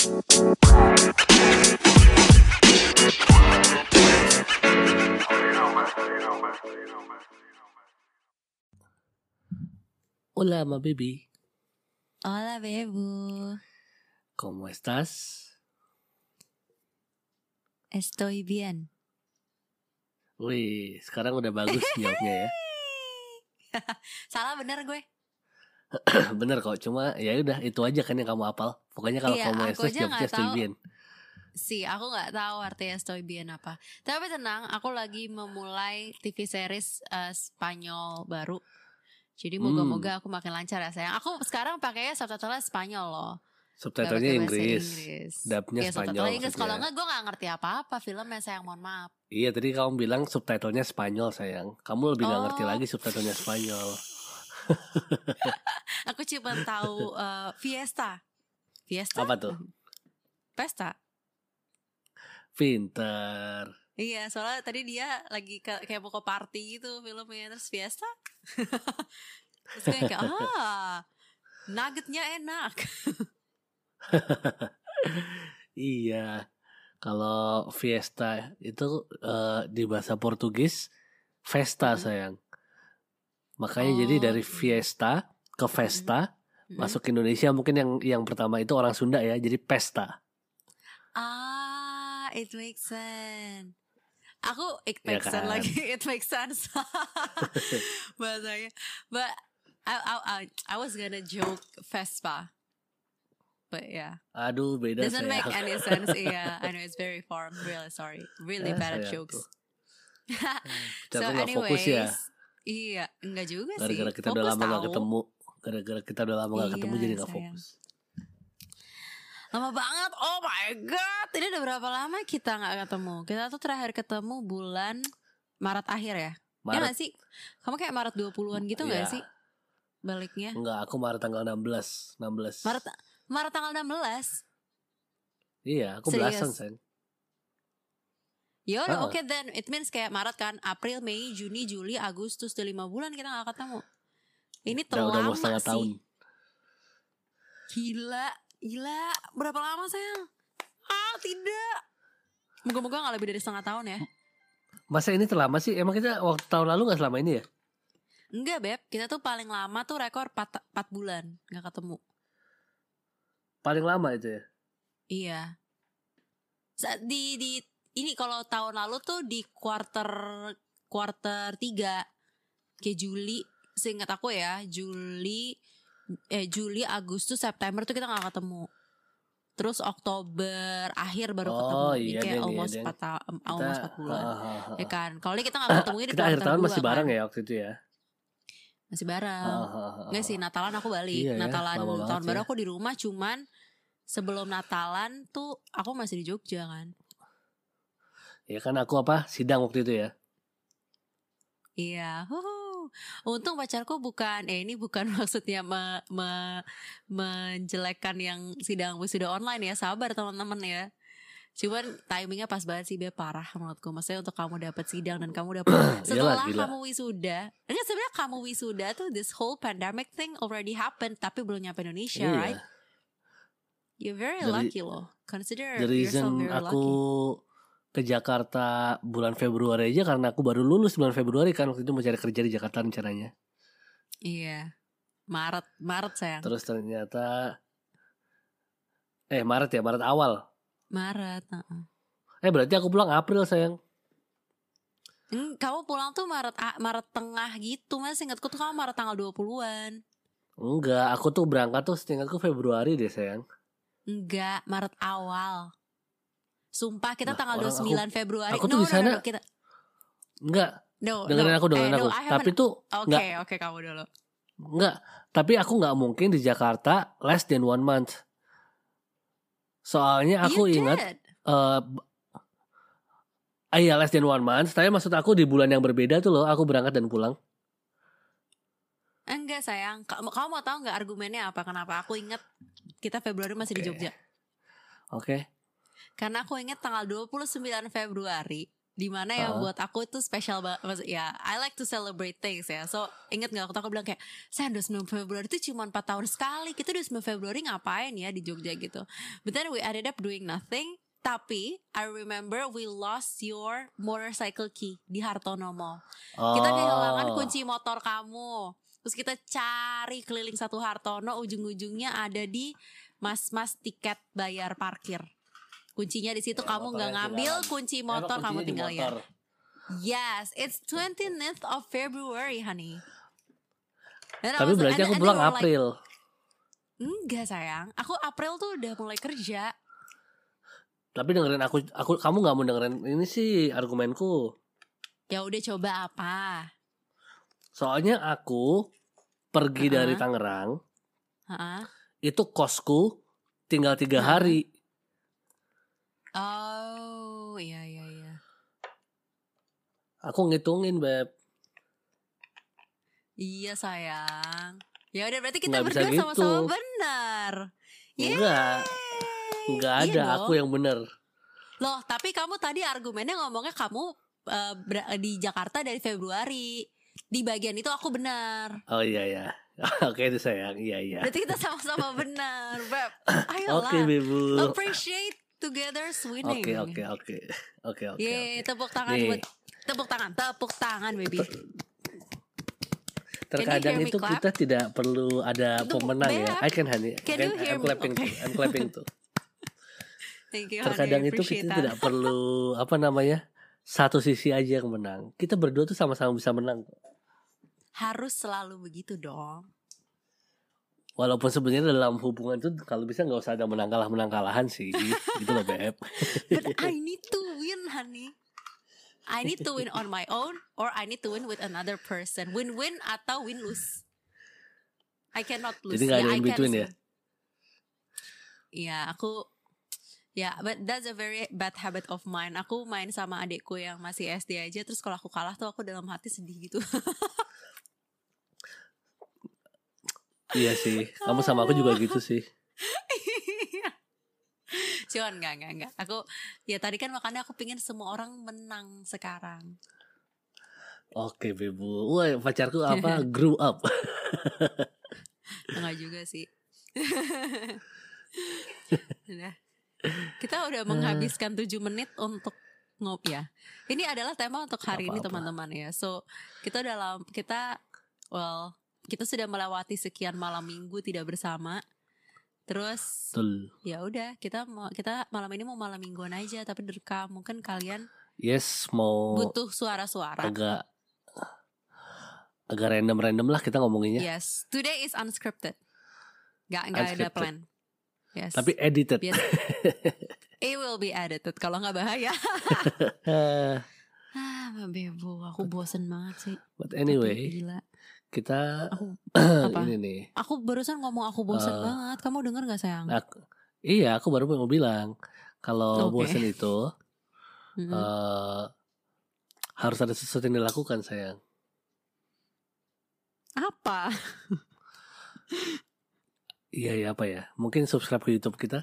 Hola, ma baby. Hola, Bebu. ¿Cómo estás? Estoy bien. Wih, sekarang udah bagus jawabnya ya. Salah bener gue. Bener kok, cuma ya udah itu aja kan yang kamu hafal. Pokoknya kalau Iya, kamu aku stres aja jawabnya nggak estoy tahu. bien. Aku nggak tahu artinya estoy bien apa. Tapi tenang, aku lagi memulai TV series Spanyol baru. Jadi moga-moga aku makin lancar ya sayang. Aku sekarang pakainya subtitlenya Spanyol loh. Subtitlenya Gak pakai bahasa Inggris, Inggris. dubnya Iya, Spanyol subtitlenya Inggris. Kalau maksudnya. nggak gue nggak ngerti apa-apa filmnya sayang, mohon maaf. Iya, tadi kamu bilang subtitlenya Spanyol sayang. Kamu lebih gak ngerti Oh. lagi subtitlenya Spanyol. Aku cuma tahu Fiesta. Fiesta? Apa tuh? Pesta. Pinter. Iya, soalnya tadi dia lagi kayak mau ke party gitu filmnya, terus Fiesta. Terus gue kayak, nuggetnya enak. Iya, kalau fiesta itu di bahasa Portugis festa sayang. Makanya jadi dari fiesta ke festa masuk ke Indonesia mungkin yang pertama itu orang Sunda ya, jadi pesta. It makes sense. It Ya makes sense kan? lagi. It makes sense. Bahasanya. But I was gonna joke Vespa. But yeah. Aduh, beda Doesn't sayang. make any sense. Yeah, I know it's very far. I'm really sorry. Really bad at jokes. So anyways, fokus ya. Iya, enggak juga sih. Gara-gara kita udah lama gak ketemu. Gara-gara kita udah lama gak ketemu jadi gak fokus. Lama banget. Oh my god. Ini udah berapa lama kita gak ketemu? Kita tuh terakhir ketemu bulan Maret akhir ya? Maret. Ya gak sih? Kamu kayak Maret 20-an gitu gak sih? Baliknya. Enggak, aku Maret tanggal 16. Maret tanggal 16? Iya, aku belasan sayang. Ya udah, oke, then it means kayak Maret kan, April, Mei, Juni, Juli, Agustus, udah 5 bulan kita gak ketemu. Ini terlalu lama sih. Tahun. Gila, berapa lama sayang? Tidak. Moga-moga gak lebih dari setengah tahun ya. Masa ini terlama sih? Emang kita waktu tahun lalu gak selama ini ya? Enggak Beb, kita tuh paling lama tuh rekor 4 bulan gak ketemu. Paling lama itu ya? Iya. Ini kalau tahun lalu tuh di quarter 3 kayak Juli, seingat aku ya, Juli, Agustus, September tuh kita gak ketemu. Terus Oktober akhir baru ketemu. Iya, kayak almost 4 bulan. Ya kan. Kalau ini kita gak ketemu di kita akhir tahun masih bareng ya waktu itu ya. Masih bareng. Enggak sih, Natalan aku balik. Iya, Natalan tahun baru ya. aku di rumah, cuman sebelum Natalan tuh aku masih di Jogja kan. Ya kan aku sidang waktu itu ya. Iya. Untung pacarku bukan ini bukan maksudnya menjelekkan yang sidang wisuda online ya. Sabar teman-teman ya. Cuman timingnya pas banget sih, Beb, parah menurutku. Maksudnya untuk kamu dapat sidang dan kamu dapat setelah kamu wisuda. Enggak, sebenarnya kamu wisuda tuh this whole pandemic thing already happened, tapi belum nyampe Indonesia, right? You're very lucky loh. Consider yourself very lucky. Aku ke Jakarta bulan Februari aja karena aku baru lulus bulan Februari kan, waktu itu mau cari kerja di Jakarta rencananya. Iya. Maret sayang. Terus ternyata Maret awal. Maret. Berarti aku pulang April sayang. Kamu pulang tuh Maret tengah gitu, Mas. Ingatku tuh kamu Maret tanggal 20-an. Enggak, aku tuh berangkat tuh setinggalku Februari deh sayang. Enggak, Maret awal. Sumpah kita tanggal 29 Februari. Aku tuh di sana. Kita... Enggak. Dengerin aku. Tapi tuh Oke, kamu dulu. Enggak, tapi aku enggak mungkin di Jakarta less than 1 month. Soalnya aku ingat less than 1 month. Tapi maksud aku di bulan yang berbeda tuh loh, aku berangkat dan pulang. Enggak sayang, kamu mau tahu enggak argumennya apa? Kenapa aku ingat kita Februari masih di Jogja? Oke. Karena aku ingat tanggal 29 Februari Dimana yang buat aku itu spesial banget ya. I like to celebrate things ya. So inget gak waktu aku bilang kayak saya 29 Februari itu cuma 4 tahun sekali. Kita 29 Februari ngapain ya di Jogja gitu. But then we ended up doing nothing. Tapi I remember we lost your motorcycle key di Hartono Mall. Kita kehilangan kunci motor kamu. Terus kita cari keliling satu Hartono, ujung-ujungnya ada di mas-mas tiket bayar parkir. Kuncinya di situ, kamu nggak ngambil kunci motor, kamu tinggal ya. Yes, it's 29th of February, honey. Tapi berarti aku pulang April. Enggak sayang, aku April tuh udah mulai kerja. Tapi dengerin aku kamu nggak mau dengerin ini sih argumenku. Ya udah, coba apa? Soalnya aku pergi dari Tangerang, itu kosku tinggal 3 hari. Oh, iya. Aku ngitungin, Beb. Iya, sayang. Ya udah, berarti kita berdua sama-sama benar. Enggak ada, iya aku yang benar. Loh, tapi kamu tadi argumennya ngomongnya kamu di Jakarta dari Februari. Di bagian itu aku benar. Oh iya. Oke itu sayang, iya. Berarti kita sama-sama benar, Beb. Ayolah. Oke, Bebu. Appreciate together winning. Oke. Yeay, tepuk tangan buat tepuk tangan, baby. Terkadang itu kita tidak perlu ada pemenang ya. I can honey. I'm clapping tuh. Thank you, terkadang honey, itu kita tidak perlu satu sisi aja yang menang. Kita berdua tuh sama-sama bisa menang. Harus selalu begitu dong. Walaupun sebenarnya dalam hubungan itu kalau bisa nggak usah ada menang kalahan sih, gitu loh, Beb. But I need to win, honey. I need to win on my own, or I need to win with another person. Win-win atau win-lose. I cannot lose. Jadi nggak ada in between ya? Iya, but that's a very bad habit of mine. Aku main sama adikku yang masih SD aja, terus kalau aku kalah tuh aku dalam hati sedih gitu. Iya sih, kamu sama aku juga gitu sih. Cuman enggak. Aku ya tadi kan makanya aku pingin semua orang menang sekarang. Oke, Bebu. Wah, pacarku grew up. Enggak juga sih. Kita udah menghabiskan 7 menit untuk ngopi ya. Ini adalah tema untuk hari ini teman-teman ya. So kita sudah melewati sekian malam minggu tidak bersama. Terus ya udah kita malam ini mau malam mingguan aja tapi direkam. Mungkin kalian mau butuh suara-suara. Agak random lah kita ngomonginnya. Yes, today is unscripted. Gak ada plan. Yes. Tapi edited. Yes. It will be edited kalau nggak bahaya. Bebu, aku bosen banget sih. But anyway, kita ini nih. Aku barusan ngomong aku bosen banget. Kamu denger nggak sayang? Aku baru mau bilang kalau bosen itu harus ada sesuatu yang dilakukan sayang. Apa? Iya apa ya? Mungkin subscribe ke YouTube kita.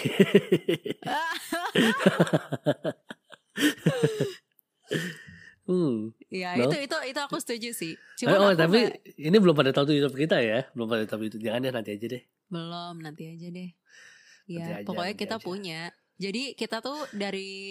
Ya no? itu aku setuju sih. Cuma tapi ini belum pada tahu YouTube kita ya. Belum pada tahu itu. Jangan deh, nanti aja deh. Belum, nanti aja deh. Ya pokoknya kita punya. Jadi kita tuh dari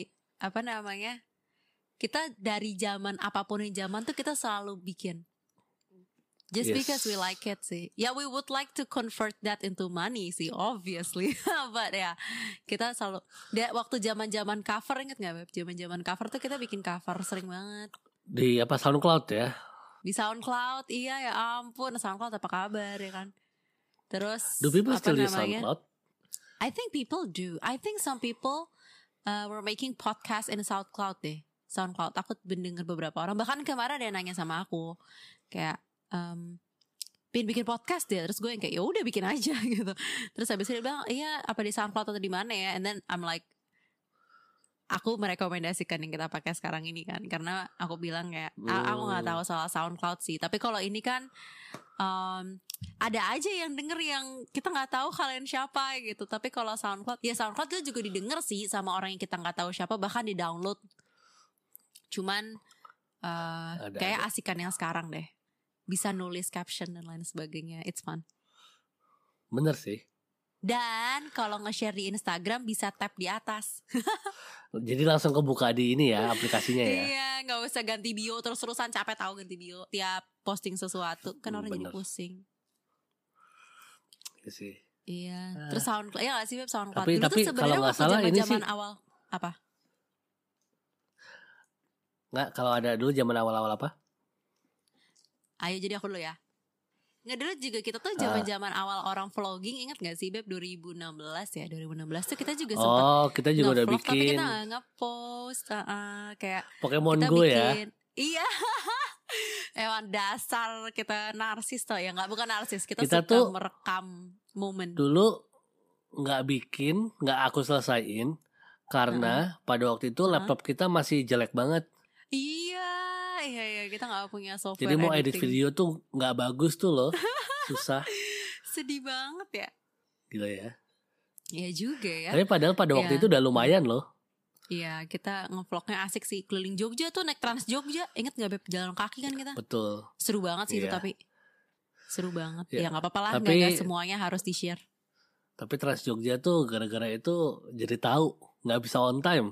kita dari zaman apapun yang zaman tuh kita selalu bikin. Just because we like it sih. Ya we would like to convert that into money sih, obviously. But ya kita selalu waktu zaman cover, inget gak Beb? Zaman cover tuh kita bikin cover sering banget. Di SoundCloud ya? Di SoundCloud, iya ya ampun. SoundCloud apa kabar ya kan? Terus do people still use SoundCloud? I think people do. I think some people were making podcast in SoundCloud deh. SoundCloud, aku mendengar beberapa orang. Bahkan kemarin ada yang nanya sama aku kayak pengen bikin podcast dia, terus gue yang kayak ya udah bikin aja gitu. Terus habis itu dia bilang iya apa di SoundCloud atau di mana ya, and then I'm like aku merekomendasikan yang kita pakai sekarang ini kan, karena aku bilang kayak aku nggak tahu soal SoundCloud sih, tapi kalau ini kan ada aja yang denger yang kita nggak tahu kalian siapa gitu. Tapi kalau SoundCloud itu juga didengar sih sama orang yang kita nggak tahu siapa, bahkan di download Cuman kayak asikan yang sekarang deh. Bisa nulis caption dan lain sebagainya. It's fun. Bener sih. Dan kalau nge-share di Instagram bisa tap di atas. Jadi langsung kebuka di ini ya aplikasinya ya. Iya, gak usah ganti bio terus-terusan, capek tahu ganti bio tiap posting sesuatu. Kan orang jadi pusing. Iya sih. Iya. Terus SoundCloud, ya gak sih Beb, SoundCloud. Tapi kalau gak salah ini sih awal apa? Nggak, kalau ada dulu zaman awal-awal apa? Ayo jadi aku dulu ya. Nggak, dulu juga kita tuh zaman awal orang vlogging, ingat gak sih Beb 2016 ya, 2016 tuh kita juga sempat. Oh, kita juga udah bikin. Tapi kita nggak nge-post, kayak Pokemon Go ya. Iya. Emang dasar kita narsis tuh ya, bukan narsis, kita suka tuh merekam momen. Dulu nggak bikin, nggak aku selesaiin karena pada waktu itu laptop kita masih jelek banget. Iya, kita nggak punya software. Jadi mau edit video tuh nggak bagus tuh loh, susah. Sedih banget ya. Gila ya. Iya juga ya. Tapi padahal pada waktu itu udah lumayan loh. Iya, kita ngevlognya asik sih, keliling Jogja tuh, naik Trans Jogja. Ingat nggak Beb, jalan kaki kan kita? Betul. Seru banget sih itu, tapi seru banget. Ya nggak apa-apa lah, tapi, nggak semuanya harus di share. Tapi Trans Jogja tuh gara-gara itu jadi tahu nggak bisa on time.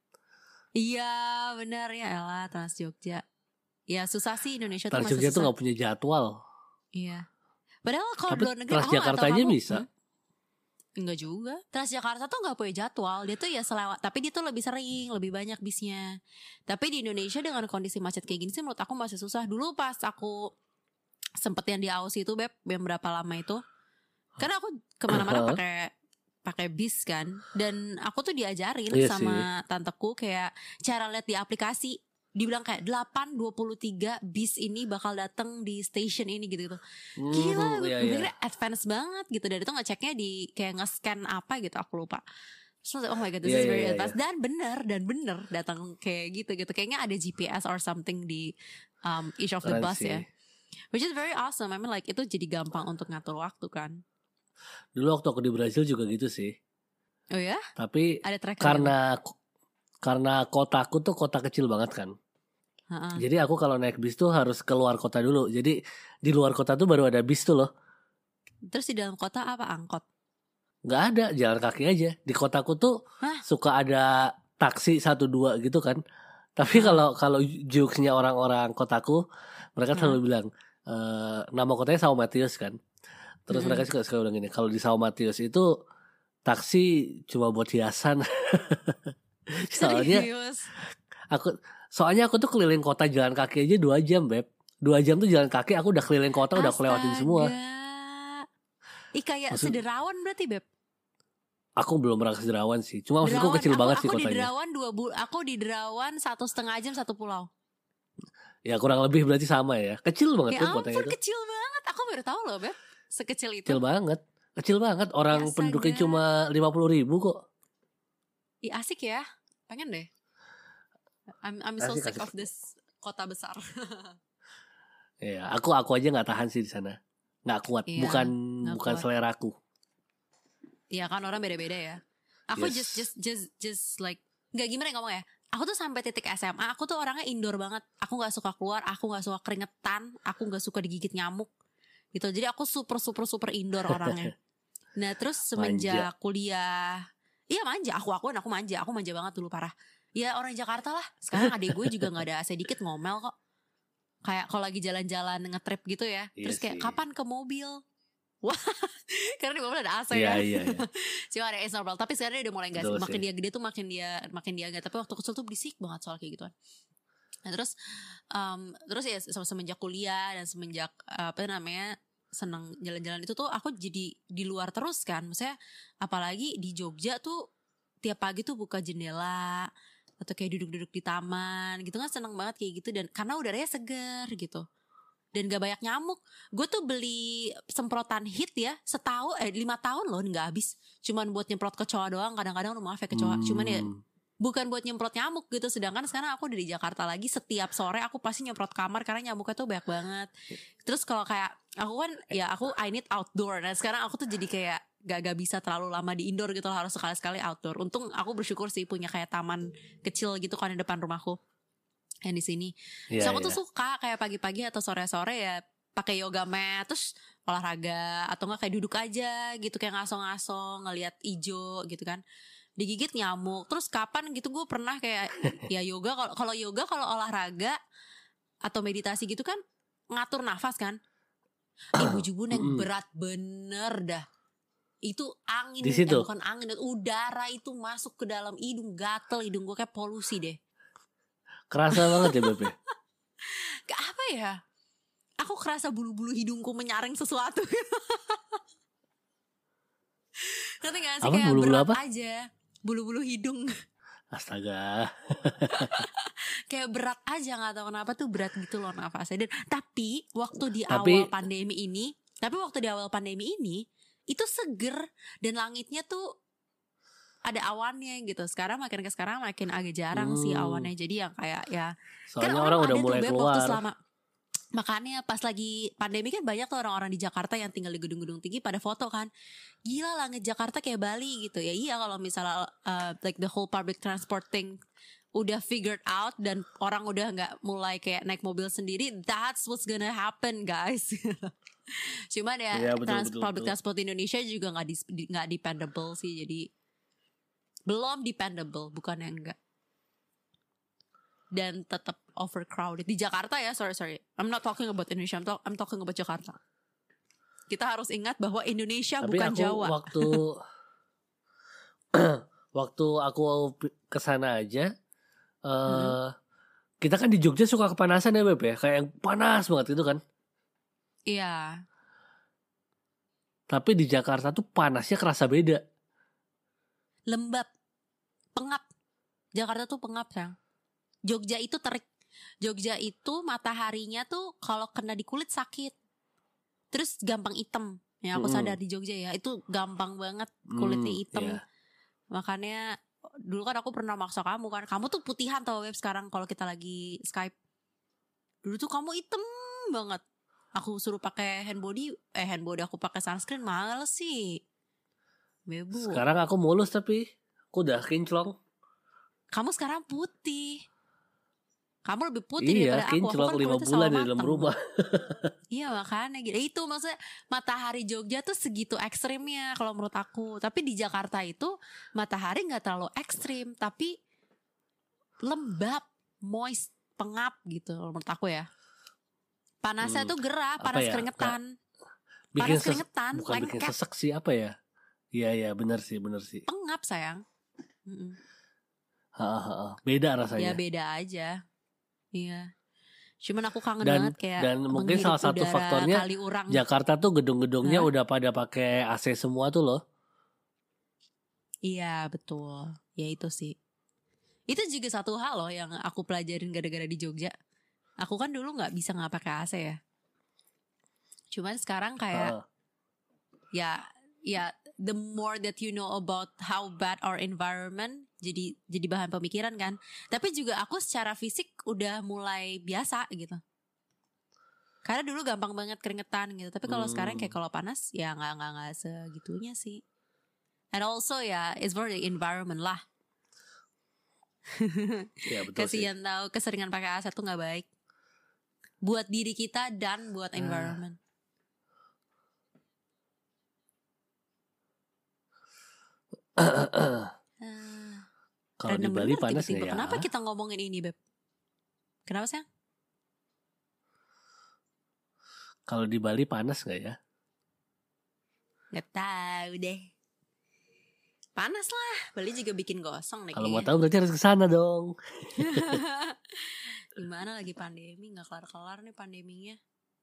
Iya benar ya, elah Trans Jogja. Ya susah sih, Indonesia tuh Trans masih Jogja susah. tuh nggak punya jadwal. Iya. Padahal kalau luar negeri, Transjakarta aja bisa. Enggak juga. Transjakarta tuh nggak punya jadwal. Dia tuh ya selewat. Tapi dia tuh lebih sering, lebih banyak bisnya. Tapi di Indonesia dengan kondisi macet kayak gini sih, menurut aku masih susah. Dulu pas aku sempet yang di Aussie itu Beb, yang berapa lama itu, karena aku kemana-mana pakai bis kan, dan aku tuh diajarin sama tanteku kayak cara lihat di aplikasi. Dibilang kayak 8.23 bis ini bakal datang di station ini gitu. Gila, gue pikir advance banget gitu. Dan itu ngeceknya di kayak nge-scan apa gitu, aku lupa. So, oh my god, this is very advanced. Dan bener datang kayak gitu. Kayaknya ada GPS or something di each of the bus ya. Which is very awesome. I mean like itu jadi gampang untuk ngatur waktu kan. Dulu waktu aku di Brazil juga gitu sih. Oh ya? Tapi ada karena kotaku tuh kota kecil banget kan. Jadi aku kalau naik bis tuh harus keluar kota dulu. Jadi di luar kota tuh baru ada bis tuh loh. Terus di dalam kota apa, angkot? Nggak ada, jalan kaki aja. Di kotaku tuh suka ada taksi 1-2 gitu kan. Tapi kalau jokesnya orang-orang kotaku, mereka selalu bilang nama kotanya Sao Mateus kan. Terus mereka suka bilang gini, kalau di Sao Mateus itu taksi cuma buat hiasan. Soalnya aku tuh keliling kota jalan kaki aja 2 jam Beb. 2 jam tuh jalan kaki, aku udah keliling kota. Udah aku lewatin semua. Kayak Sederawan berarti Beb. Aku belum pernah ke Sederawan sih. Cuma maksudku kecil banget sih kotanya. Aku di Derawan 1,5 jam 1 pulau. Ya kurang lebih berarti sama ya. Kecil banget tuh kotanya itu. Kecil banget. Aku baru tahu loh Beb, sekecil itu. Kecil banget. Orang penduduknya cuma 50.000 kok. Asik ya. Pengen deh. I'm so sick of this kota besar. Ya, aku aja nggak tahan sih di sana, nggak kuat. Bukan seleraku. Iya kan, orang beda-beda ya. Aku just like nggak gimana ngomong ya. Aku tuh sampai titik SMA, aku tuh orangnya indoor banget. Aku nggak suka keluar, aku nggak suka keringetan, aku nggak suka digigit nyamuk. Gitu. Jadi aku super indoor orangnya. Nah terus semenjak kuliah, iya manja. Aku manja banget dulu parah. Ya orang Jakarta lah. Sekarang adik gue juga gak ada sedikit ngomel kok. Kayak kalau lagi jalan-jalan nge-trip gitu ya. Terus kayak kapan ke mobil? Wah, karena di mobil ada AC ya. Iya. Cuma ada AC normal. Tapi sekarang dia udah mulai gak sih. Makin dia gede tuh makin dia gak. Tapi waktu kecil tuh berisik banget soal kayak gituan. Nah terus ya semenjak kuliah dan semenjak seneng jalan-jalan itu tuh aku jadi di luar terus kan. Maksudnya apalagi di Jogja tuh tiap pagi tuh buka jendela atau kayak duduk-duduk di taman gitu kan, seneng banget kayak gitu. Dan karena udaranya segar gitu dan gak banyak nyamuk. Gue tuh beli semprotan hit ya 5 tahun loh gak habis. Cuman buat nyemprot kecoa doang. Kadang-kadang maaf ya kecoa, cuman ya bukan buat nyemprot nyamuk gitu. Sedangkan sekarang aku dari Jakarta lagi, setiap sore aku pasti nyemprot kamar karena nyamuknya tuh banyak banget. Terus kalau kayak aku kan ya I need outdoor. Nah sekarang aku tuh jadi kayak gak bisa terlalu lama di indoor gitu, harus sekali-sekali outdoor. Untung aku bersyukur sih punya kayak taman kecil gitu kan di depan rumahku. yang di sini. Iya, So aku tuh iya. suka kayak pagi-pagi atau sore-sore ya pakai yoga mat terus olahraga atau enggak kayak duduk aja gitu kayak ngaso-ngaso ngelihat ijo gitu kan. Digigit nyamuk. Terus kapan gitu gue pernah kayak ya yoga kalau yoga kalau olahraga atau meditasi gitu kan ngatur nafas kan. Bujubun yang Mm-mm. berat bener dah. Itu angin, Di situ. bukan angin, udara itu masuk ke dalam hidung, gatel hidung gue kayak polusi deh. Kerasa banget ya Beb ya? Kayak apa ya? Aku kerasa bulu-bulu hidungku menyaring sesuatu. Ngerti gak sih? Apa, Kayak bulu-bulu berat apa? aja. Bulu-bulu hidung. Astaga. Kayak berat aja, gak tahu kenapa tuh berat gitu loh nafasnya. Dan tapi waktu di Tapi- awal pandemi ini itu seger dan langitnya tuh ada awannya gitu. Sekarang makin agak jarang sih awannya. Jadi yang kayak ya Soalnya kan orang udah ada mulai tuh, Beb, keluar. waktu selama makanya pas lagi pandemi kan banyak tuh orang-orang di Jakarta yang tinggal di gedung-gedung tinggi pada foto kan. Gila langit Jakarta kayak Bali gitu. Ya iya kalau misalnya like the whole public transport thing udah figured out dan orang udah nggak mulai kayak naik mobil sendiri, that's what's gonna happen guys. Cuman ya Iya, betul. public transport Indonesia juga nggak dependable sih, jadi belum dependable, bukan yang enggak. Dan tetap overcrowded di Jakarta ya. Sorry, I'm not talking about Indonesia, I'm talking about Jakarta. Kita harus ingat bahwa Indonesia Tapi bukan aku Jawa. waktu aku kesana aja, kita kan di Jogja suka kepanasan ya Beb ya, kayak yang panas banget itu kan. Iya. Tapi di Jakarta tuh panasnya kerasa beda. Lembab, pengap. Jakarta tuh pengap sayang. Jogja itu terik. Jogja itu mataharinya tuh kalau kena di kulit sakit. Terus gampang hitam. Ya aku sadar di Jogja ya, itu gampang banget kulitnya hitam. Iya. Makanya dulu kan aku pernah maksa kamu kan. Kamu tuh putihan tau Web sekarang kalau kita lagi Skype. Dulu tuh kamu hitam banget. Aku suruh pakai handbody aku pakai sunscreen males sih. Bebu. Sekarang aku mulus tapi aku udah kinclong. Kamu sekarang putih. Kamu lebih putih daripada aku. Kinclong 5 bulan di dalam rumah. Iya makanya gitu. Itu maksudnya matahari Jogja tuh segitu ekstrimnya kalau menurut aku. Tapi di Jakarta itu matahari gak terlalu ekstrim, tapi lembab, moist, pengap gitu menurut aku ya. Panasnya tuh gerah, panas keringetan. Panas keringetan, bukan bikin sesek sih, apa ya? Iya benar sih. Pengap sayang. Beda rasanya. Ya beda aja. Iya. Cuman aku kangen banget kayak dan mungkin salah satu faktornya Jakarta tuh gedung-gedungnya udah pada pakai AC semua tuh loh. Iya betul. Ya itu sih. Itu juga satu hal loh yang aku pelajarin gara-gara di Jogja. Aku kan dulu nggak pakai AC ya. Cuman sekarang kayak ya the more that you know about how bad our environment, jadi bahan pemikiran kan. Tapi juga aku secara fisik udah mulai biasa gitu. Karena dulu gampang banget keringetan gitu. Tapi kalau sekarang kayak kalau panas ya nggak segitunya sih. And also ya it's for the environment lah. Ya betul. Kasian tahu keseringan pakai AC tuh nggak baik buat diri kita dan buat environment. Kalau di Bali panas nggak ya? Kenapa kita ngomongin ini Beb? Kenapa sih? Kalau di Bali panas nggak ya? Nggak tahu deh. Panas lah. Bali juga bikin gosong nih. Kalau mau tahu berarti harus ke sana dong. Gimana lagi pandemi, nggak kelar-kelar nih pandeminya.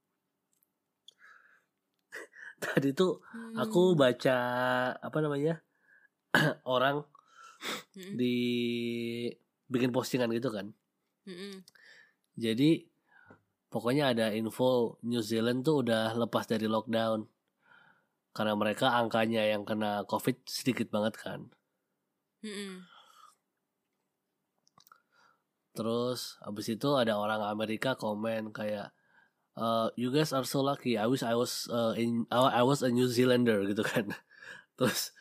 Tadi tuh aku baca orang di bikin postingan gitu kan. Jadi pokoknya ada info New Zealand tuh udah lepas dari lockdown karena mereka angkanya yang kena COVID sedikit banget kan. Terus abis itu ada orang Amerika komen kayak you guys are so lucky. I wish I was a New Zealander gitu kan. Terus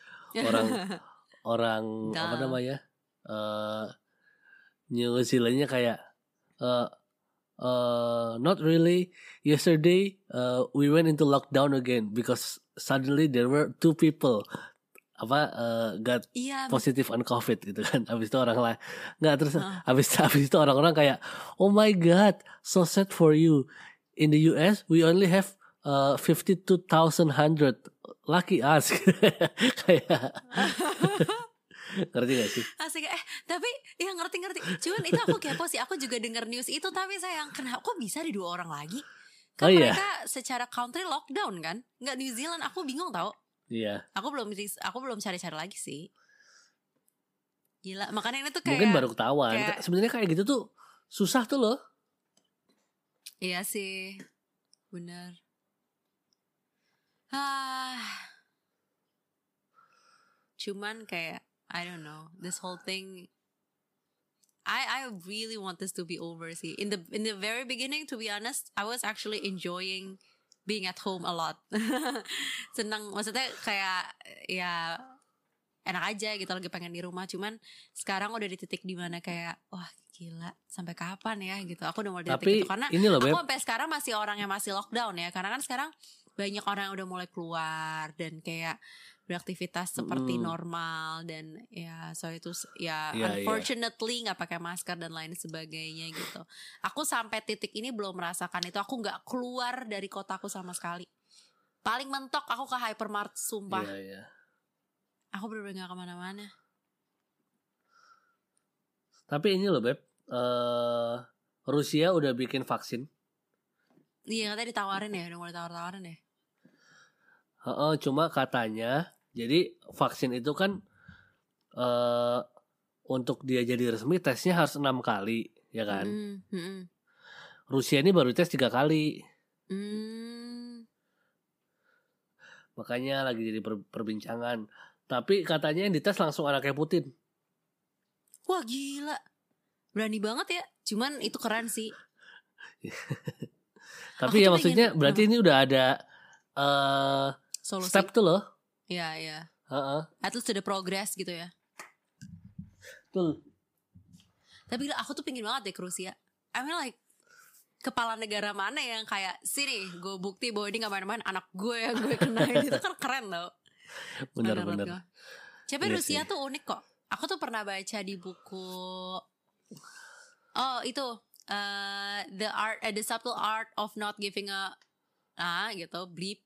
orang New Zealandnya kayak not really. Yesterday, we went into lockdown again because suddenly there were 2 people got positive on COVID gitu kan. Habis itu orang lain nggak terus habis itu orang-orang kayak, oh my god, so sad for you. In the US, we only have 52,100. Lucky us. Kayak ngerti gak sih? Asik. Tapi ya ngerti. Cuman itu aku kepo sih. Aku juga denger news itu. Tapi sayang, kenapa kok bisa di 2 orang lagi? Kan mereka secara country lockdown kan? Nggak New Zealand. Aku bingung tau. Iya. Aku belum cari-cari lagi sih. Gila. Makanya ini tuh kayak mungkin baru ketahuan. Sebenarnya kayak gitu tuh susah tuh loh. Iya sih. Benar. Cuman kayak I don't know, this whole thing I really want this to be over sih. In the very beginning, to be honest, I was actually enjoying being at home a lot. Senang, maksudnya kayak ya enak aja gitu, lagi pengen di rumah. Cuman sekarang udah di titik dimana kayak wah gila, sampai kapan ya gitu. Aku udah mulai di titik itu karena aku sampai sekarang masih orang yang masih lockdown ya. Karena kan sekarang banyak orang yang udah mulai keluar dan kayak beraktivitas seperti normal dan ya so itu ya unfortunately nggak pakai masker dan lain sebagainya gitu. Aku sampai titik ini belum merasakan itu. Aku nggak keluar dari kotaku sama sekali. Paling mentok aku ke hypermart, sumpah. Aku bener-bener nggak kemana-mana. Tapi ini loh Beb, Rusia udah bikin vaksin. Iya katanya ditawarin ya, udah mulai tawarin ya. Cuma katanya, jadi vaksin itu kan untuk dia jadi resmi tesnya harus 6 kali, ya kan? Rusia ini baru tes 3 kali. Makanya lagi jadi perbincangan. Tapi katanya yang dites langsung anaknya Putin. Wah gila, berani banget ya. Cuman itu keren sih. Tapi ya maksudnya berarti ini udah ada solusi. Step tuh loh. Iya. At least ada progress gitu ya. Betul. Tapi aku tuh pingin banget deh ke Rusia. I mean like, kepala negara mana yang kayak sini gue bukti bahwa ini gak main-main, anak gue yang gue kenain. Itu kan keren tau. Bener. Tapi Rusia tuh unik kok. Aku tuh pernah baca di buku itu The Subtle Art of Not Giving a gitu, bleep.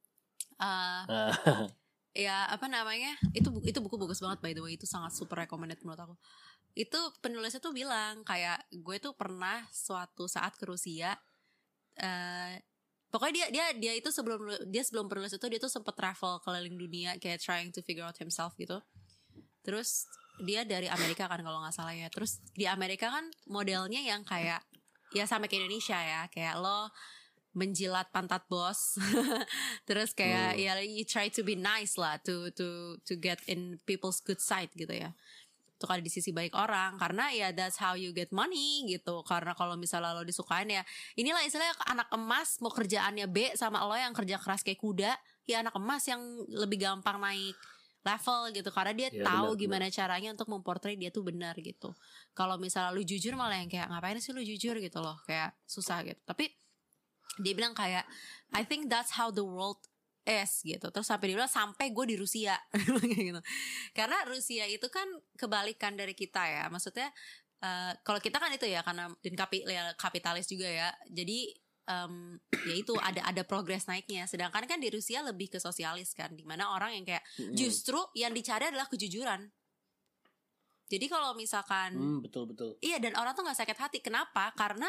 Ya apa namanya, itu buku bagus banget by the way. Itu sangat super recommended menurut aku. Itu penulisnya tuh bilang kayak gue tuh pernah suatu saat ke Rusia. Pokoknya dia itu sebelum penulis itu dia tuh sempet travel keliling dunia kayak trying to figure out himself gitu. Terus dia dari Amerika kan kalau nggak salah ya. Terus di Amerika kan modelnya yang kayak ya sama kayak Indonesia ya, kayak lo menjilat pantat bos. Terus kayak ya you try to be nice lah to get in people's good side gitu ya. Untuk ada di sisi baik orang, karena ya that's how you get money gitu. Karena kalau misalnya lo disukain ya inilah istilahnya anak emas mau kerjaannya B sama lo yang kerja keras kayak kuda, ya anak emas yang lebih gampang naik level gitu, karena dia tahu gimana caranya untuk memportray dia tuh benar gitu. Kalau misalnya lu jujur malah yang kayak ngapain sih lu jujur gitu loh, kayak susah gitu. Tapi dia bilang kayak I think that's how the world is gitu. Terus sampai dia bilang sampai gue di Rusia gitu. Karena Rusia itu kan kebalikan dari kita ya. Maksudnya kalau kita kan itu ya karena dan kapitalis juga ya. Jadi ya itu ada progres naiknya. Sedangkan kan di Rusia lebih ke sosialis kan, dimana orang yang kayak justru yang dicari adalah kejujuran. Jadi kalau misalkan betul iya, dan orang tuh nggak sakit hati. Kenapa? Karena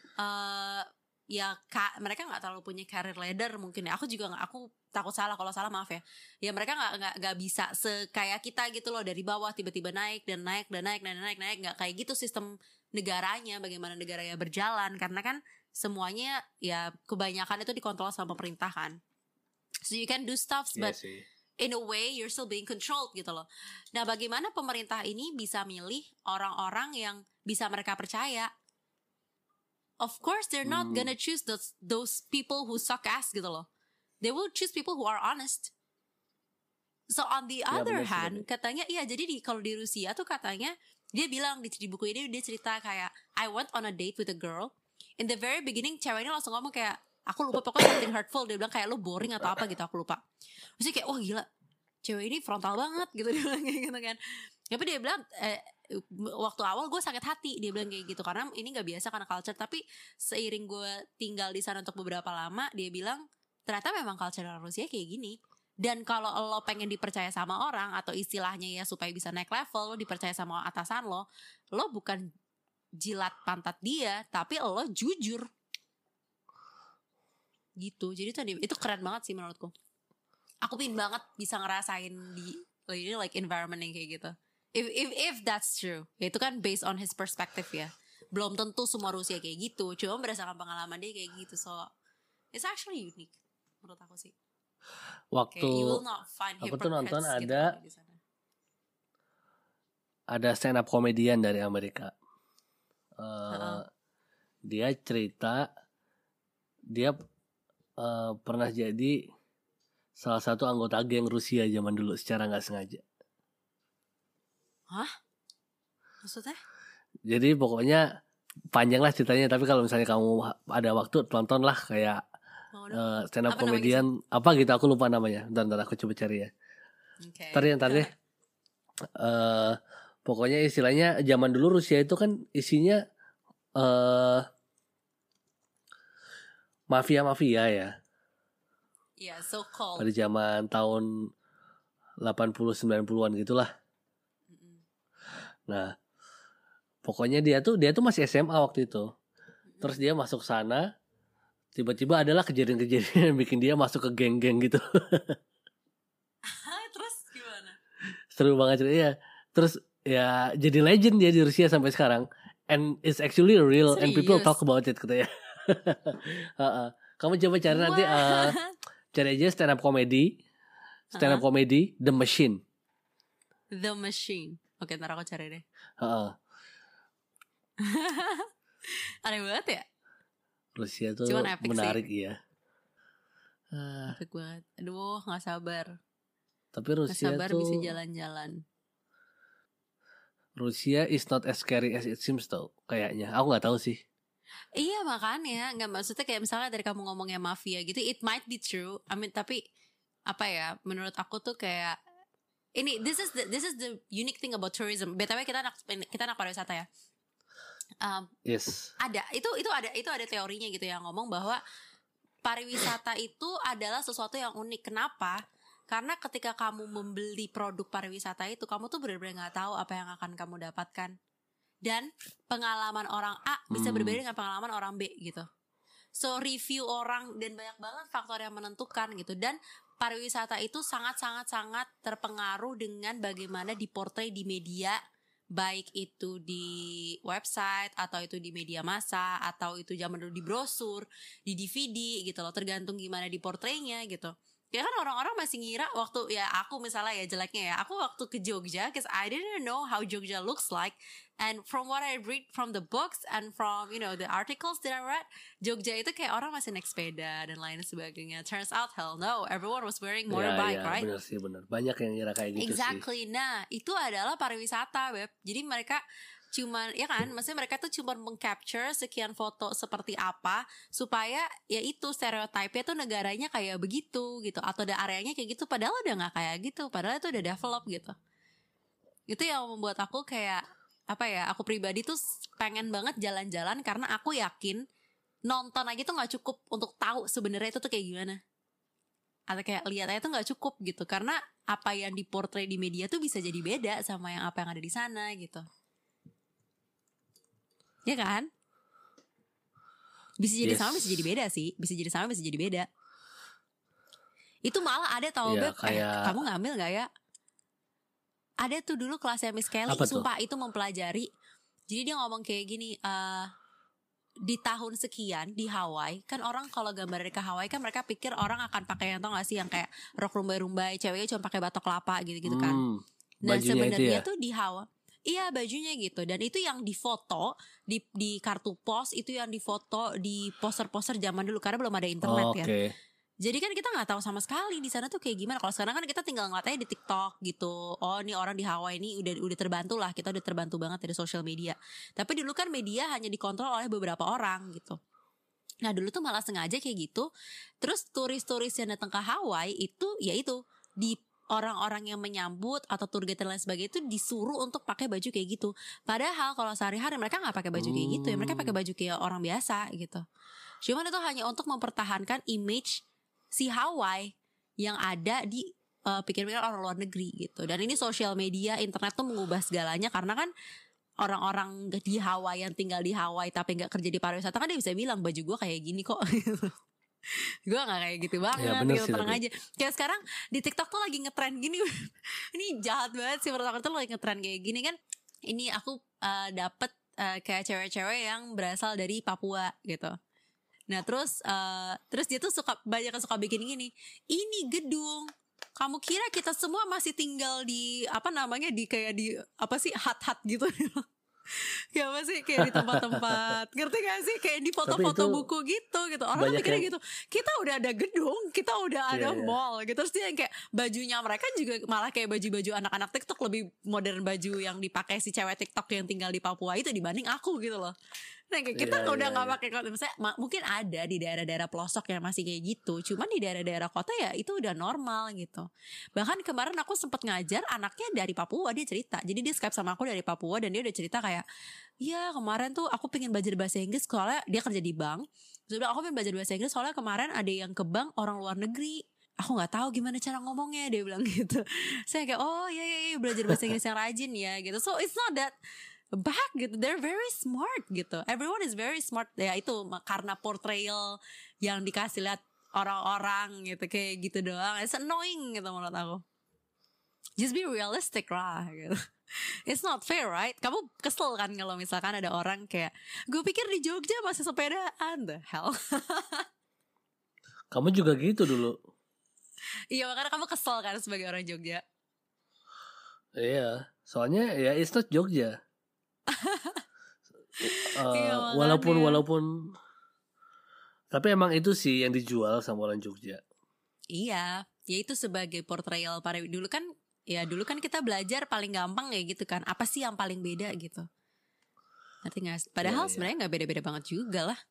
mereka nggak terlalu punya career ladder mungkin ya. Aku juga aku takut salah, kalau salah maaf ya. Ya mereka nggak bisa kayak kita gitu loh, dari bawah tiba-tiba naik nggak kayak gitu sistem negaranya, bagaimana negaranya berjalan, karena kan semuanya ya kebanyakan itu dikontrol sama pemerintah kan. So you can do stuff but in a way you're still being controlled gitu loh. Nah bagaimana pemerintah ini bisa milih orang-orang yang bisa mereka percaya? Of course they're not gonna choose those people who suck ass gitu loh. They will choose people who are honest. So on the other hand, katanya iya, jadi kalau di Rusia tuh katanya Dia bilang di buku ini, dia cerita kayak I went on a date with a girl. In the very beginning cewek ini langsung ngomong kayak, aku lupa pokoknya something hurtful. Dia bilang kayak lo boring atau apa gitu, aku lupa. Terus dia kayak wah gila, cewek ini frontal banget gitu. Dia bilang kayak gitu kan. Tapi dia bilang waktu awal gue sakit hati, dia bilang kayak gitu, karena ini gak biasa karena culture. Tapi seiring gue tinggal di sana untuk beberapa lama, dia bilang ternyata memang culture Rusia kayak gini. Dan kalau lo pengen dipercaya sama orang, atau istilahnya ya supaya bisa naik level, lo dipercaya sama atasan lo bukan jilat pantat dia, tapi lo jujur gitu. Jadi itu keren banget sih menurutku. Aku pingin banget bisa ngerasain di ini like environment yang kayak gitu. If that's true, ya itu kan based on his perspective ya. Belum tentu semua Rusia kayak gitu, cuma berdasarkan pengalaman dia kayak gitu. So it's actually unique menurut aku sih. Waktu aku tuh nonton ada stand up komedian dari Amerika. Dia cerita dia pernah jadi salah satu anggota geng Rusia zaman dulu secara nggak sengaja. Hah? Maksudnya? Jadi pokoknya panjang lah ceritanya, tapi kalau misalnya kamu ada waktu tontonlah kayak stand up komedian apa gitu, aku lupa namanya. Bentar aku coba cari ya. Ntar deh. Pokoknya istilahnya zaman dulu Rusia itu kan isinya mafia ya. Yeah, so called. Pada zaman tahun 80-90-an gitulah. Nah, pokoknya dia tuh masih SMA waktu itu. Terus dia masuk sana, tiba-tiba adalah kejadian-kejadian yang bikin dia masuk ke geng-geng gitu. Terus gimana? Seru banget ceritanya. Terus ya jadi legend dia di Rusia sampai sekarang. And it's actually real. Serius? And people talk about it katanya. Kamu coba cari nanti cari aja stand up comedy The Machine. The Machine. Oke, ntar aku cari deh. Aneh banget ya. Rusia tuh menarik sih. Ya. Epic banget. Aduh, gak sabar. Tapi Rusia gak sabar tuh bisa jalan-jalan. Rusia is not as scary as it seems tau. Kayaknya, aku gak tahu sih. Iya makanya, nggak, maksudnya kayak misalnya dari kamu ngomongnya mafia gitu, it might be true. I mean, tapi apa ya? Menurut aku tuh kayak ini, this is the unique thing about tourism. BTW kita anak pariwisata ya. Yes. Itu ada teorinya gitu yang ngomong bahwa pariwisata itu adalah sesuatu yang unik. Kenapa? Karena ketika kamu membeli produk pariwisata itu, kamu tuh benar-benar nggak tahu apa yang akan kamu dapatkan. Dan pengalaman orang A bisa berbeda dengan pengalaman orang B gitu. So review orang dan banyak banget faktor yang menentukan gitu. Dan pariwisata itu sangat terpengaruh dengan bagaimana diportray di media, baik itu di website atau itu di media massa atau itu zaman dulu di brosur, di DVD gitu loh. Tergantung gimana diportraynya gitu. Ya kan orang-orang masih ngira waktu ya aku misalnya ya jeleknya ya, aku waktu ke Jogja, cause I didn't know how Jogja looks like, and from what I read from the books and from the articles that I read, Jogja itu kayak orang masih naik sepeda dan lain sebagainya. Turns out hell no, everyone was wearing motorbike, right? Benar sih, benar. Banyak yang ngira kayak gitu. Exactly. Sih. Nah itu adalah pariwisata, Beb. Jadi mereka cuman ya kan, maksudnya mereka tuh cuma mengcapture sekian foto seperti apa supaya ya itu stereotipnya tuh negaranya kayak begitu gitu, atau ada areanya kayak gitu, padahal udah nggak kayak gitu, padahal itu udah develop gitu. Itu yang membuat aku kayak apa ya, aku pribadi tuh pengen banget jalan-jalan karena aku yakin nonton aja tuh nggak cukup untuk tahu sebenarnya itu tuh kayak gimana, atau kayak lihat aja tuh nggak cukup gitu, karena apa yang diportray di media tuh bisa jadi beda sama yang apa yang ada di sana gitu. Ya kan? Bisa jadi sama, bisa jadi beda sih. Bisa jadi sama, bisa jadi beda. Itu malah ada tau Beb, kayak kamu ngambil gak ya? Ada tuh dulu kelasnya Miss Kelly, sumpah itu mempelajari. Jadi dia ngomong kayak gini, di tahun sekian di Hawaii, kan orang kalau gambar dari ke Hawaii kan mereka pikir orang akan pakai yang tau gak sih, yang kayak rok rumbai-rumbai, ceweknya cuma pakai batok kelapa gitu-gitu kan. Nah sebenarnya tuh di Hawaii, iya bajunya gitu, dan itu yang difoto di kartu pos, itu yang difoto di poster-poster zaman dulu karena belum ada internet kan. Jadi kan kita nggak tahu sama sekali di sana tuh kayak gimana. Kalau sekarang kan kita tinggal ngeliatnya di TikTok gitu. Oh, ini orang di Hawaii ini udah terbantu lah. Kita udah terbantu banget dari sosial media. Tapi dulu kan media hanya dikontrol oleh beberapa orang gitu. Nah dulu tuh malah sengaja kayak gitu. Terus turis-turis yang datang ke Hawaii itu, ya itu di orang-orang yang menyambut atau tour guide dan lain sebagainya itu disuruh untuk pakai baju kayak gitu. Padahal kalau sehari-hari mereka nggak pakai baju kayak gitu ya. Mereka pakai baju kayak orang biasa gitu. Cuman itu hanya untuk mempertahankan image si Hawaii yang ada di pikiran orang luar negeri gitu. Dan ini sosial media, internet tuh mengubah segalanya karena kan orang-orang di Hawaii yang tinggal di Hawaii tapi nggak kerja di pariwisata kan dia bisa bilang baju gue kayak gini kok. Gue nggak kayak gitu banget, ya, gitu tenang aja. Kayak sekarang di TikTok tuh lagi ngetren gini. Ini jahat banget sih, menurut aku tuh lagi ngetren kayak gini kan. Ini aku dapet kayak cewek-cewek yang berasal dari Papua gitu. Nah terus dia tuh banyak yang suka bikin gini. Ini gedung, kamu kira kita semua masih tinggal di apa namanya, di kayak di apa sih, hut-hut gitu. Ya apa sih, kayak di tempat-tempat, ngerti gak sih, kayak di foto-foto buku gitu orang mikirnya yang... gitu, kita udah ada gedung, kita udah ada mall gitu. Terus dia yang kayak bajunya mereka juga malah kayak baju-baju anak-anak TikTok, lebih modern baju yang dipakai si cewek TikTok yang tinggal di Papua itu dibanding aku gitu loh. Nah kayak kita udah gak pakai kota. Misalnya mungkin ada di daerah-daerah pelosok yang masih kayak gitu, cuman di daerah-daerah kota ya itu udah normal gitu. Bahkan kemarin aku sempet ngajar anaknya dari Papua, dia cerita. Jadi dia Skype sama aku dari Papua dan dia udah cerita kayak, iya kemarin tuh aku pengen belajar bahasa Inggris soalnya dia kerja di bank. Terus dia bilang, aku pengen belajar bahasa Inggris soalnya kemarin ada yang ke bank orang luar negeri, aku nggak tahu gimana cara ngomongnya, dia bilang gitu. Saya kayak, oh iya belajar bahasa Inggris yang rajin ya gitu. So it's not that bad gitu, they're very smart gitu. Everyone is very smart. Ya itu karena portrayal yang dikasih lihat orang-orang gitu kayak gitu doang. It's annoying gitu menurut aku. Just be realistic lah gitu. It's not fair, right? Kamu kesel kan kalau misalkan ada orang kayak, gue pikir di Jogja masih sepedaan, the hell. Kamu juga gitu dulu. Iya, makanya kamu kesel kan sebagai orang Jogja. Iya, soalnya ya it's not Jogja. Iya, walaupun tapi emang itu sih yang dijual sama orang Jogja. Iya, ya itu sebagai portrayal para dulu kan kita belajar paling gampang kayak gitu kan. Apa sih yang paling beda gitu? Ngerti gak? Padahal sebenarnya nggak beda-beda banget juga lah.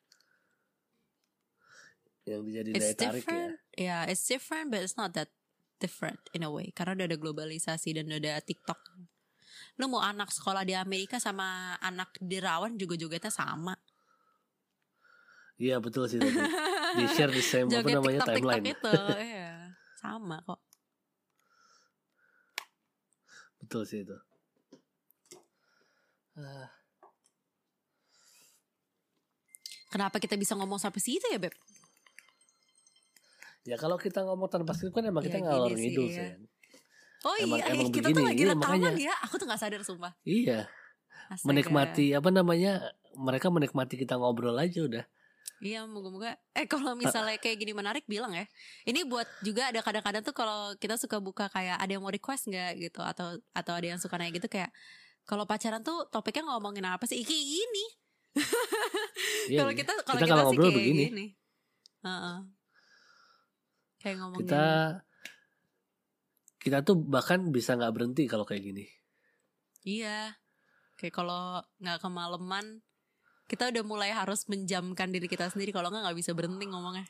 Yang dijadi daya tarik ya. Yeah, it's different but it's not that different in a way. Karena udah ada globalisasi dan udah ada TikTok. Lu mau anak sekolah di Amerika sama anak di Rawan juga jogetnya sama. Iya betul sih tadi. Di share the same apa namanya TikTok, timeline. TikTok itu, ya sama kok. Betul sih itu. Kenapa kita bisa ngomong sampai situ ya Beb? Ya kalau kita ngomong tanpa skrip kan emang kita ngalor ngidul sih. Oh emang kita tuh lagi rekaman ya. Aku tuh gak sadar sumpah. Iya. Astaga. Menikmati apa namanya, mereka menikmati kita ngobrol aja udah. Iya, moga-moga. Kalau misalnya kayak gini menarik bilang ya. Ini buat juga ada kadang-kadang tuh kalau kita suka buka kayak ada yang mau request nggak gitu, atau ada yang suka nanya gitu kayak, kalau pacaran tuh topiknya ngomongin apa sih? Kayak gini. Iya, kalau kita sih ngobrol kayak begini. Gini. Kayak ngomongin. Kita tuh bahkan bisa nggak berhenti kalau kayak gini. Iya. Kayak kalau nggak kemalaman, kita udah mulai harus menjamkan diri kita sendiri, kalau nggak bisa berhenti ngomongnya.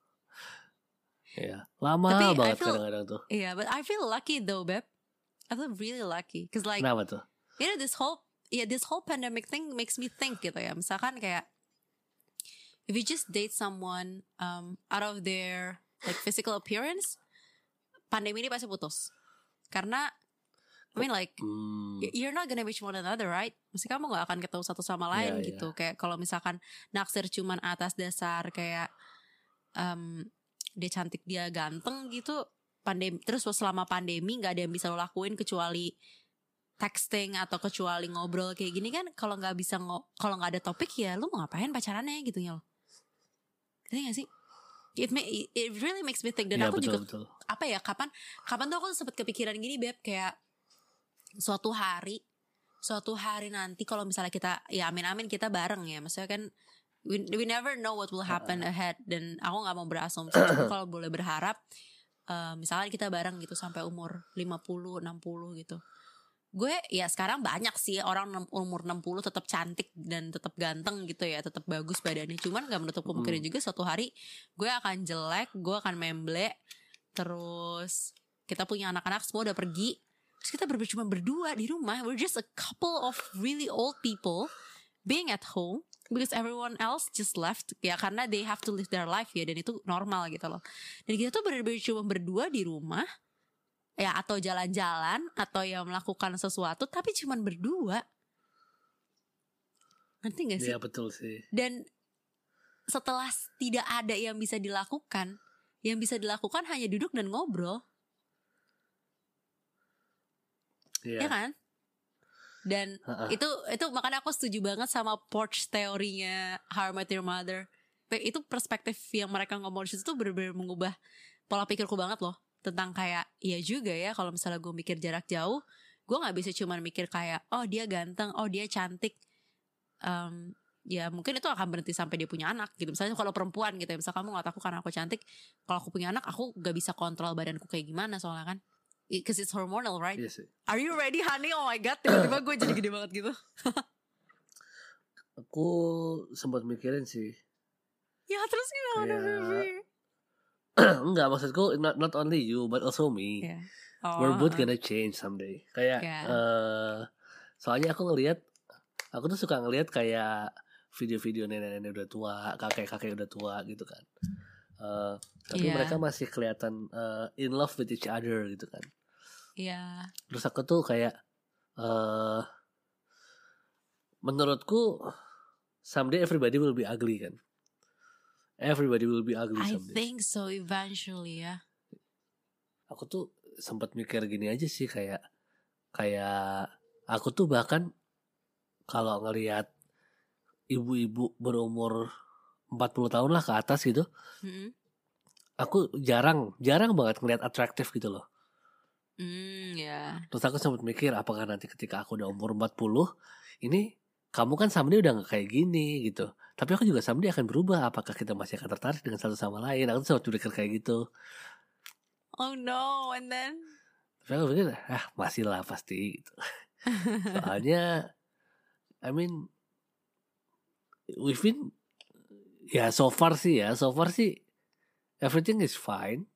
Iya, lama banget kadang-kadang tuh. Iya, but I feel lucky though, Beb. I feel really lucky, cause like, kenapa tuh? You know, this whole pandemic thing makes me think gitu ya. Misalkan kayak, if you just date someone out of their like physical appearance, pandemi ini pasti putus. Karena I mean like you're not gonna reach one another, right? Mesti kamu gak akan ketemu satu sama lain gitu. Kayak kalau misalkan naksir cuman atas dasar kayak dia cantik, dia ganteng gitu, pandemi terus selama pandemi gak ada yang bisa lo lakuin kecuali texting atau kecuali ngobrol kayak gini kan. Kalau nggak bisa kalau nggak ada topik ya lu mau ngapain pacarannya gitu ya lo. Ngerti gak sih? It really makes me think. Dan aku betul. Apa ya, kapan tuh aku sempet kepikiran gini Beb, kayak suatu hari nanti kalau misalnya kita, ya amin-amin kita bareng ya, maksudnya kan we never know what will happen ahead. Dan aku gak mau berasumsi. Cuma kalau boleh berharap, misalnya kita bareng gitu sampai umur 50, 60 gitu. Gue ya sekarang banyak sih orang umur 60 tetap cantik dan tetap ganteng gitu ya, tetap bagus badannya. Cuman gak menutup kemungkinan juga suatu hari gue akan jelek, gue akan memble. Terus kita punya anak-anak semua udah pergi, terus kita cuma berdua di rumah. We're just a couple of really old people being at home because everyone else just left ya, karena they have to live their life ya, dan itu normal gitu loh. Dan kita tuh bener-bener cuma berdua di rumah ya, atau jalan-jalan atau ya melakukan sesuatu, tapi cuman berdua. Ngerti gak sih? Iya betul sih. Dan setelah tidak ada yang bisa dilakukan, yang bisa dilakukan hanya duduk dan ngobrol. Ya kan? Dan itu makanya aku setuju banget sama porch teorinya How I Met Your Mother. Itu perspektif yang mereka ngomong di situ tuh bener-bener mengubah pola pikirku banget loh. Tentang kayak, iya juga ya kalau misalnya gue mikir jarak jauh, gue gak bisa cuma mikir kayak, oh dia ganteng, oh dia cantik. Ya mungkin itu akan berhenti sampai dia punya anak gitu. Misalnya kalau perempuan gitu ya, misalnya kamu gak tahu karena aku cantik, kalau aku punya anak aku gak bisa kontrol badanku kayak gimana soalnya kan. Because it's hormonal, right? Yes. Are you ready, honey? Oh my god, tiba-tiba gue jadi gede banget gitu. Aku sempat mikirin sih. Ya terus gimana, baby? Enggak, maksudku not only you but also me. Yeah. We're both gonna change someday. Kayak soalnya aku tuh suka ngelihat kayak video-video nenek-nenek udah tua, kakek-kakek udah tua gitu kan. Tapi mereka masih kelihatan in love with each other gitu kan. Iya. Terus aku tuh kayak menurutku someday everybody will be ugly kan. Everybody will be ugly someday. I think so eventually ya. Aku tuh sempat mikir gini aja sih, kayak aku tuh bahkan kalau ngelihat ibu-ibu berumur 40 tahun lah ke atas gitu, aku jarang banget ngelihat atraktif gitu loh. Terus aku sempat mikir, apakah nanti ketika aku udah umur 40, ini kamu kan someday udah gak kayak gini gitu, tapi aku juga someday akan berubah. Apakah kita masih akan tertarik dengan satu sama lain? Aku tuh sempat mikir kayak gitu. Oh no, and then? Tapi aku pikir, masih lah pasti gitu. Soalnya I mean we've been so far sih everything is fine.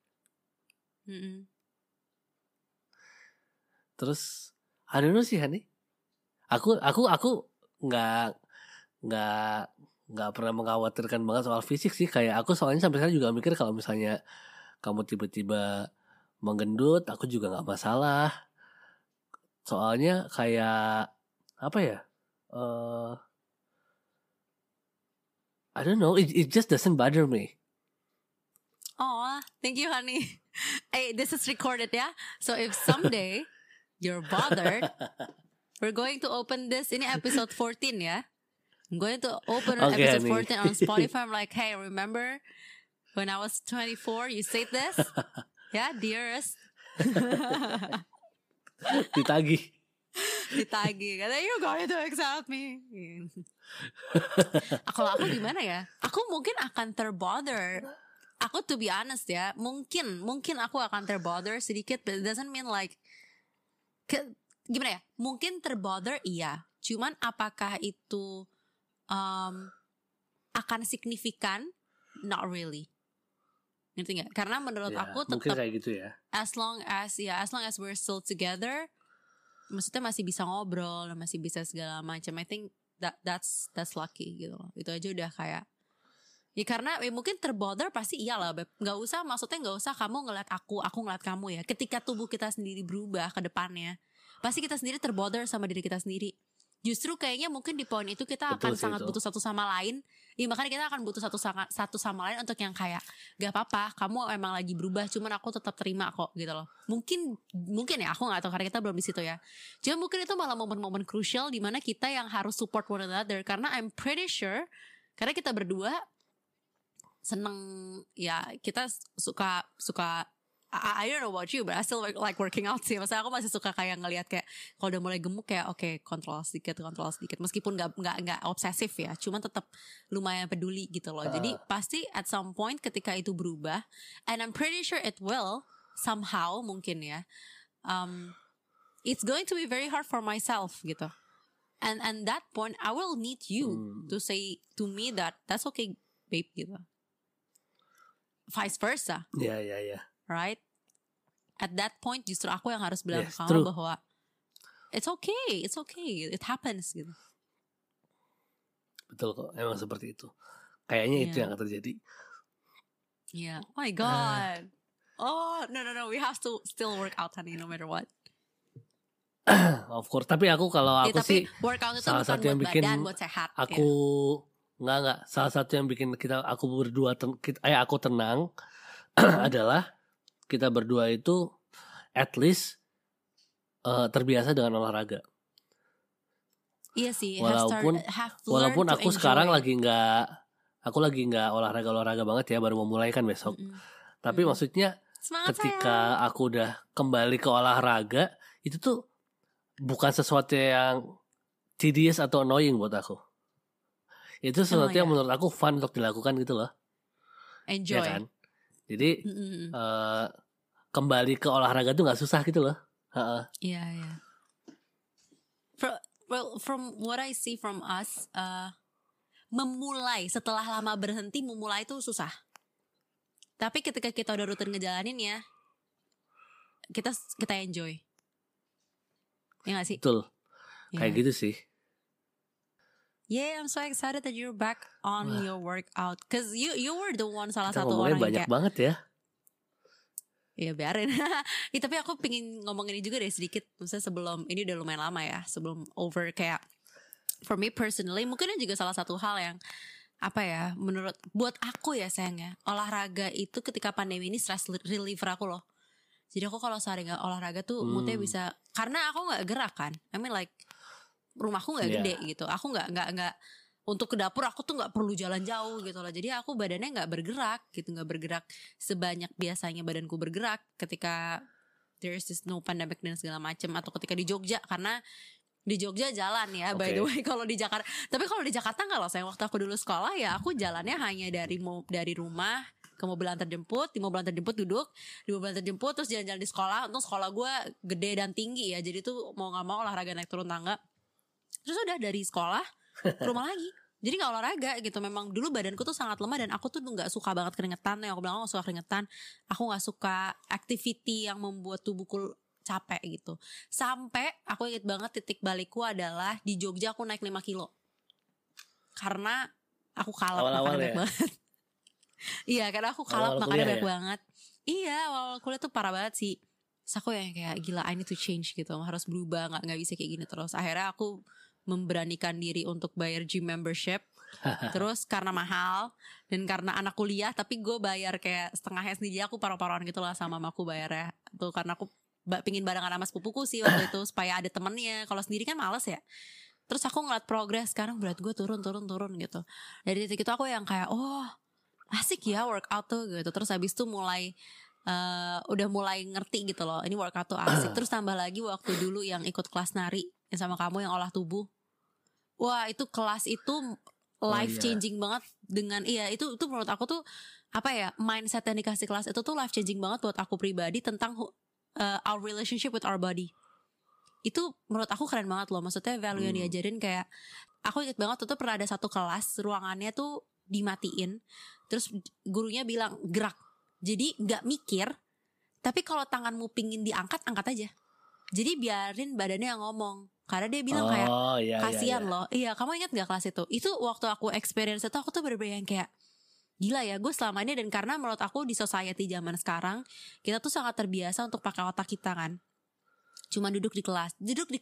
Terus I don't know sih Hani, aku nggak pernah mengkhawatirkan banget soal fisik sih. Kayak aku soalnya sampai sekarang juga mikir kalau misalnya kamu tiba-tiba menggendut, aku juga nggak masalah. Soalnya kayak apa ya? I don't know. It just doesn't bother me. Oh, thank you, honey. Hey, this is recorded, yeah. So if someday you're bothered, we're going to open this. Ini episode 14 ya. I'm going to open episode 14 on Spotify. I'm like, hey, remember when I was 24, you said this? Yeah, dearest. Ditagih. Katanya you're going to accept me. Kalau aku gimana ya? Aku mungkin akan terbother. Aku to be honest ya, mungkin aku akan terbother sedikit, but it doesn't mean like gimana ya? Mungkin terbother iya. Cuman apakah itu akan signifikan? Not really. Ngerti gak? Karena menurut aku tetap mungkin kayak gitu ya. As long as we're still together, maksudnya masih bisa ngobrol, masih bisa segala macam. I think that's lucky gitu loh. Itu aja udah kayak ya, karena mungkin terbother pasti iyalah Beb. Gak usah kamu ngeliat aku ngeliat kamu ya. Ketika tubuh kita sendiri berubah ke depannya, pasti kita sendiri terbother sama diri kita sendiri. Justru kayaknya mungkin di poin itu kita akan sangat butuh satu sama lain. Ya makanya kita akan butuh satu sama lain untuk yang kayak gak apa-apa, kamu emang lagi berubah, cuman aku tetap terima kok gitu loh. Mungkin ya, aku gak tahu karena kita belum di situ ya. Cuma mungkin itu malah momen-momen crucial di mana kita yang harus support one another. Karena I'm pretty sure, karena kita berdua seneng ya, kita suka I don't know about you, but I still like working out sih. Maksudnya aku masih suka kayak ngelihat kayak kalau udah mulai gemuk kayak oke, kontrol sedikit. Meskipun nggak obsesif ya, cuman tetap lumayan peduli gitu loh. Jadi pasti at some point ketika itu berubah, and I'm pretty sure it will somehow mungkin ya. It's going to be very hard for myself gitu. And that point I will need you to say to me that that's okay, babe gitu. Vice versa. Yeah. Right? At that point justru aku yang harus bilang ke kamu true. bahwa it's okay, it happens gitu. Betul kok, emang seperti itu. Kayaknya itu yang akan terjadi. Yeah. Oh my God. Oh no, we have to still work out honey, no matter what. Of course, tapi aku kalau aku sih workout itu salah bukan satu yang buat bikin badan, buat sehat. Aku enggak. Salah satu yang bikin aku berdua aku tenang adalah kita berdua itu at least terbiasa dengan olahraga. Iya sih. Walaupun aku sekarang lagi nggak olahraga banget ya, baru mau mulai kan besok. Tapi maksudnya semangat ketika aku udah kembali ke olahraga, itu tuh bukan sesuatu yang tedious atau annoying buat aku. Itu sesuatu yang menurut aku fun untuk dilakukan gitu loh. Enjoy. Ya kan? Jadi kembali ke olahraga tuh nggak susah gitu loh. Iya. Well, from what I see from us, memulai setelah lama berhenti, memulai itu susah. Tapi ketika kita udah rutin ngejalanin ya, kita enjoy. Ya nggak sih? Betul. Kayak gitu sih. Yeah, I'm so excited that you're back on your workout. Cause you were the one salah kita satu orang yang banyak banget ya. Ya biarin. Ya, tapi aku pengen ngomong ini juga deh sedikit. Maksudnya sebelum, ini udah lumayan lama ya. Sebelum over kayak, for me personally, mungkin juga salah satu hal yang buat aku ya sayangnya, olahraga itu ketika pandemi ini stress reliever aku loh. Jadi aku kalau sehari gak olahraga tuh moodnya bisa, karena aku gak gerak kan. I mean like rumahku gak gede gitu. Aku gak untuk ke dapur aku tuh gak perlu jalan jauh gitu loh. Jadi aku badannya gak bergerak gitu. Gak bergerak sebanyak biasanya badanku bergerak ketika there is no pandemic dan segala macem. Atau ketika di Jogja, karena di Jogja jalan ya by the way. Kalau di Jakarta, tapi kalau di Jakarta enggak loh sayang. Waktu aku dulu sekolah ya aku jalannya hanya dari rumah ke mobil antar jemput, di mobil antar jemput duduk, di mobil antar jemput terus jalan-jalan di sekolah. Untung sekolah gue gede dan tinggi ya, jadi tuh mau nggak mau olahraga naik turun tangga. Terus udah dari sekolah ke rumah lagi. Jadi nggak olahraga gitu. Memang dulu badanku tuh sangat lemah dan aku tuh nggak suka banget keringetan. Yang aku bilang aku nggak suka keringetan. Aku nggak suka activity yang membuat tubuhku capek gitu. Sampai aku inget banget titik balikku adalah di Jogja aku naik 5 kilo. Karena aku kalap makannya banyak banget. Iya, karena aku kalap makannya banyak banget. Iya, awal kuliah tuh parah banget sih. Terus aku yang kayak gila, I need to change gitu. Harus berubah, gak bisa kayak gini terus. Akhirnya aku memberanikan diri untuk bayar gym membership. Terus karena mahal dan karena anak kuliah, tapi gue bayar kayak setengahnya sendiri. Aku paruh-paruhan gitu lah sama mamaku bayarnya. Tuh karena aku pingin barengan sama sepupuku sih waktu itu supaya ada temennya. Kalau sendiri kan males ya. Terus aku ngeliat progres, sekarang berat gue turun gitu. Dari titik itu aku yang kayak asik ya workout tuh gitu. Terus habis itu udah mulai ngerti gitu loh, ini workout tuh asik. Terus tambah lagi waktu dulu yang ikut kelas nari yang sama kamu yang olah tubuh. Wah itu kelas itu life changing banget. Dengan itu menurut aku tuh mindset yang dikasih kelas itu tuh life changing banget buat aku pribadi tentang our relationship with our body. Itu menurut aku keren banget loh. Maksudnya value yang diajarin kayak, aku inget banget tuh pernah ada satu kelas ruangannya tuh dimatiin, terus gurunya bilang gerak, jadi nggak mikir, tapi kalau tanganmu pingin diangkat, angkat aja. Jadi biarin badannya yang ngomong, karena dia bilang kayak kasihan loh. Iya, kamu ingat nggak kelas itu? Itu waktu aku experience itu aku tuh bener-bener yang kayak gila ya, gue selama ini. Dan karena menurut aku di society zaman sekarang kita tuh sangat terbiasa untuk pakai otak kita kan. Cuma duduk di kelas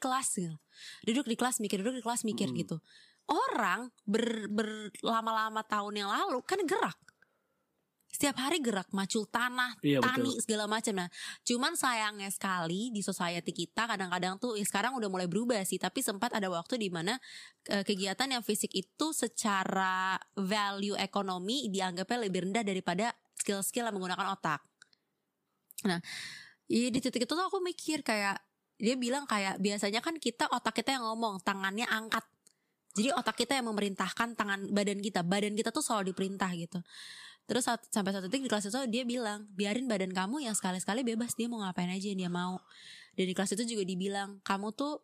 mikir gitu. Orang berlama-lama tahun yang lalu kan gerak. Setiap hari gerak, macul tanah, tani, betul. Segala macam. Nah, cuman sayangnya sekali di society kita kadang-kadang tuh sekarang udah mulai berubah sih. Tapi sempat ada waktu di mana kegiatan yang fisik itu secara value ekonomi dianggapnya lebih rendah daripada skill-skill yang menggunakan otak. Nah, di titik itu tuh aku mikir kayak, dia bilang kayak biasanya kan otak kita yang ngomong, tangannya angkat. Jadi otak kita yang memerintahkan badan kita tuh selalu diperintah gitu. Terus sampai satu titik di kelas itu dia bilang, biarin badan kamu yang sekali-sekali bebas, dia mau ngapain aja yang dia mau. Dan di kelas itu juga dibilang, kamu tuh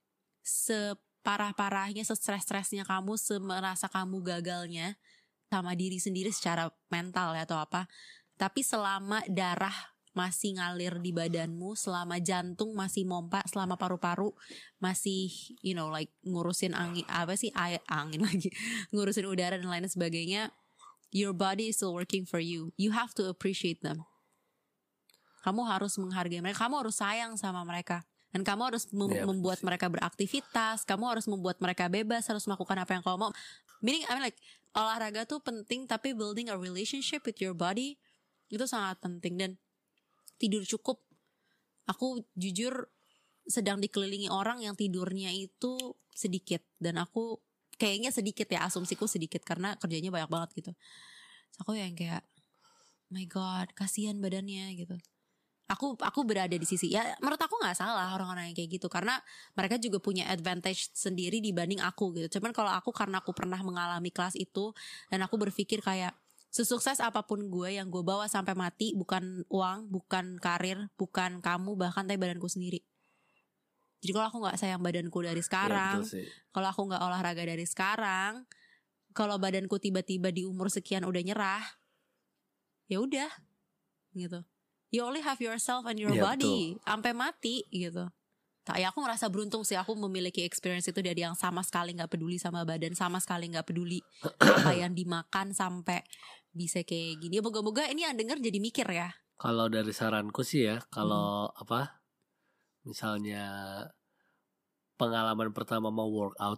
separah-parahnya, sestres-stresnya kamu, semerasa kamu gagalnya sama diri sendiri secara mental ya atau apa, tapi selama darah masih ngalir di badanmu, selama jantung masih mompa, selama paru-paru masih ngurusin angin lagi, ngurusin udara dan lain sebagainya, your body is still working for you. You have to appreciate them. Kamu harus menghargai mereka, kamu harus sayang sama mereka, dan kamu harus membuat mereka beraktivitas, kamu harus membuat mereka bebas, harus melakukan apa yang kamu mau. Meaning, olahraga tuh penting, tapi building a relationship with your body itu sangat penting. Dan tidur cukup, aku jujur sedang dikelilingi orang yang tidurnya itu sedikit, dan aku kayaknya sedikit ya, asumsiku sedikit karena kerjanya banyak banget gitu. So, aku yang kayak, my god, kasihan badannya gitu. Aku berada di sisi, ya menurut aku nggak salah orang-orang yang kayak gitu, karena mereka juga punya advantage sendiri dibanding aku gitu. Cuman kalau aku, karena aku pernah mengalami kelas itu, dan aku berpikir kayak, sesukses apapun gue, yang gue bawa sampai mati bukan uang, bukan karir, bukan kamu, bahkan tapi badanku sendiri. Jadi kalau aku nggak sayang badanku dari sekarang, kalau aku nggak olahraga dari sekarang, kalau badanku tiba-tiba di umur sekian udah nyerah, ya udah gitu. You only have yourself and your body sampai mati gitu. Ya aku ngerasa beruntung sih, aku memiliki experience itu dari yang sama sekali nggak peduli sama badan, sama sekali nggak peduli apa yang dimakan sampai bisa kayak gini. Moga-moga ini yang denger jadi mikir ya. Kalau dari saranku sih ya, kalau misalnya pengalaman pertama mau workout,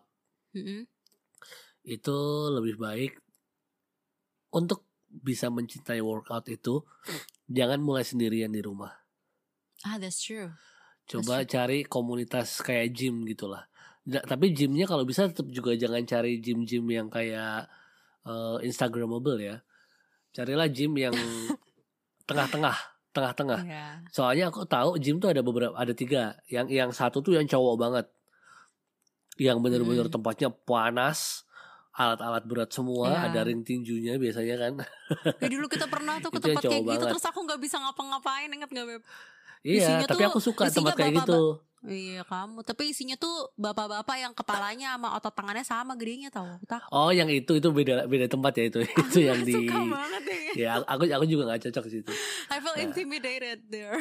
itu lebih baik untuk bisa mencintai workout itu, jangan mulai sendirian di rumah. That's true. Coba cari komunitas kayak gym gitulah. Tapi gymnya kalau bisa tetap juga jangan cari gym-gym yang kayak Instagramable ya. Carilah gym yang tengah-tengah. Yeah. Soalnya aku tahu gym tuh ada 3. Yang satu tuh yang cowok banget, yang bener-bener tempatnya panas, alat-alat berat semua, ada ring tinjunya biasanya kan. Ya dulu kita pernah tuh ke tempat kayak gitu, terus aku nggak bisa ngapa-ngapain, inget nggak Beb? Iya, tapi aku suka tempat kayak gitu. Iya kamu, tapi isinya tuh bapak-bapak yang kepalanya sama otot tangannya sama gedenya, tahu? Oh, yang itu beda tempat ya itu. Itu yang di. Suka banget ya. Ya, aku juga nggak cocok di situ. I feel intimidated there.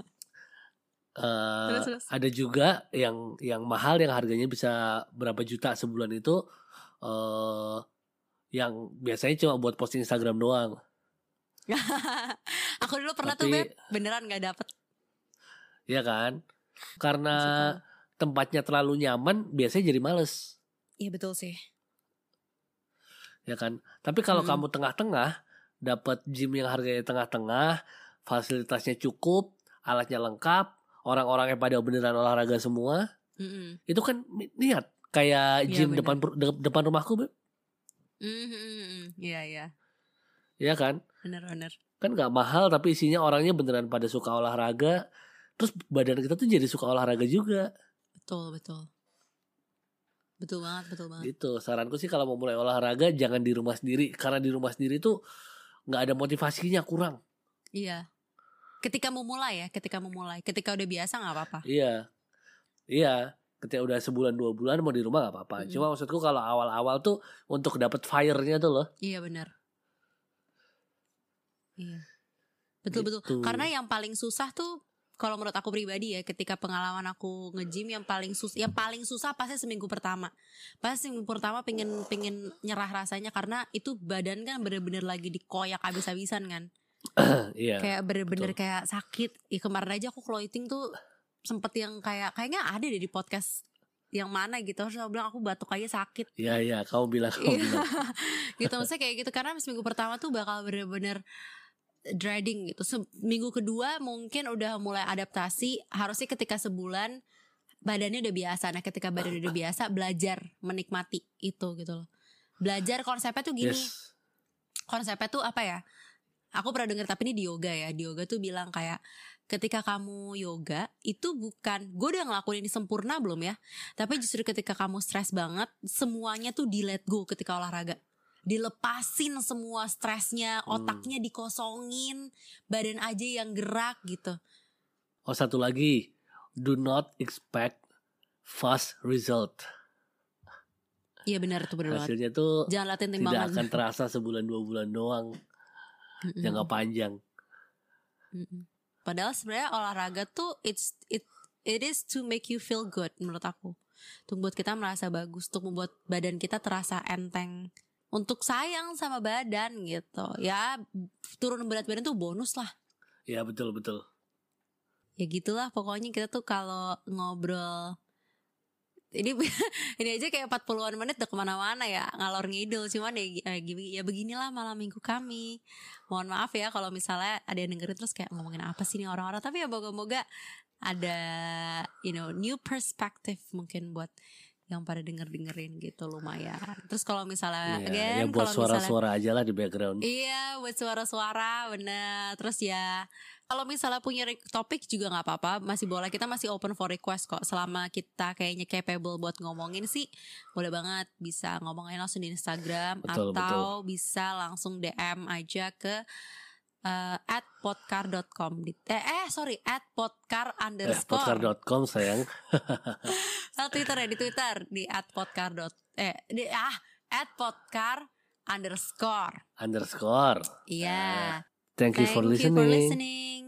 Terus. Ada juga yang mahal, yang harganya bisa berapa juta sebulan itu, yang biasanya cuma buat posting Instagram doang. Aku dulu pernah tuh Beb, beneran nggak dapet. Iya kan? Karena tempatnya terlalu nyaman, biasanya jadi males. Iya betul sih. Ya kan? Tapi kalau kamu tengah-tengah, dapat gym yang harganya tengah-tengah, fasilitasnya cukup, alatnya lengkap, orang-orangnya pada beneran olahraga semua, itu kan niat. Kayak gym depan rumahku, Beb. Iya. Iya kan? Bener. Kan gak mahal, tapi isinya orangnya beneran pada suka olahraga. Terus badan kita tuh jadi suka olahraga juga. Betul banget. Gitu. Saranku sih kalau mau mulai olahraga, jangan di rumah sendiri. Karena di rumah sendiri tuh gak ada motivasinya, kurang. Iya. Ketika mau mulai. Ketika udah biasa gak apa-apa. Iya. Ketika udah sebulan 2 bulan mau di rumah gak apa-apa. Cuma maksudku kalau awal-awal tuh untuk dapet fire-nya tuh loh. Iya benar. Iya. Betul. Karena yang paling susah tuh, kalau menurut aku pribadi ya, ketika pengalaman aku nge-gym, yang paling susah pasti seminggu pertama. Pasti seminggu pertama pengen nyerah rasanya, karena itu badan kan bener-bener lagi dikoyak habis-habisan kan. Iya. Kayak bener-bener kayak sakit. Ya kemarin aja aku clothing tuh sempet yang kayaknya ada deh di podcast yang mana gitu, harus bilang aku batuk aja sakit. Iya, kamu bilang. Gitu, maksudnya kayak gitu, karena seminggu pertama tuh bakal bener-bener dreading gitu. Minggu kedua mungkin udah mulai adaptasi. Harusnya ketika sebulan badannya udah biasa. Nah ketika badan udah biasa, belajar menikmati itu gitu loh. Belajar konsepnya tuh gini. Konsepnya tuh apa ya, aku pernah dengar tapi ini di yoga ya. Di yoga tuh bilang kayak ketika kamu yoga itu bukan gue udah ngelakuin ini sempurna belum ya, tapi justru ketika kamu stres banget semuanya tuh di let go ketika olahraga. Dilepasin semua stresnya, otaknya dikosongin, badan aja yang gerak gitu. Oh, satu lagi, do not expect fast result. Iya benar tuh, benar. Hasilnya tuh jangan latihan tidak akan terasa sebulan 2 bulan doang, jangka panjang. Padahal sebenarnya olahraga tuh it is to make you feel good menurut aku. Untuk buat kita merasa bagus, untuk membuat badan kita terasa enteng, untuk sayang sama badan gitu. Ya turun berat badan tuh bonus lah. Ya betul. Ya gitulah pokoknya kita tuh kalau ngobrol ini aja kayak 40-an menit udah kemana-mana ya, ngalor ngidul. Cuman ya beginilah malam minggu kami. Mohon maaf ya kalau misalnya ada yang dengerin terus kayak ngomongin apa sih nih orang-orang. Tapi ya moga-moga ada new perspective mungkin buat yang pada dengerin gitu, lumayan. Terus kalau misalnya ya buat suara-suara aja lah di background. Iya buat suara-suara, bener. Terus ya kalau misalnya punya topik juga gak apa-apa, masih boleh, kita masih open for request kok. Selama kita kayaknya capable buat ngomongin sih, boleh banget bisa ngomongin langsung di Instagram. Betul. Bisa langsung DM aja ke @podcar.com @podcar_. Podcar.com sayang. Twitter ya, di Twitter di @podcar. @podcar_. Iya. Thank you for listening.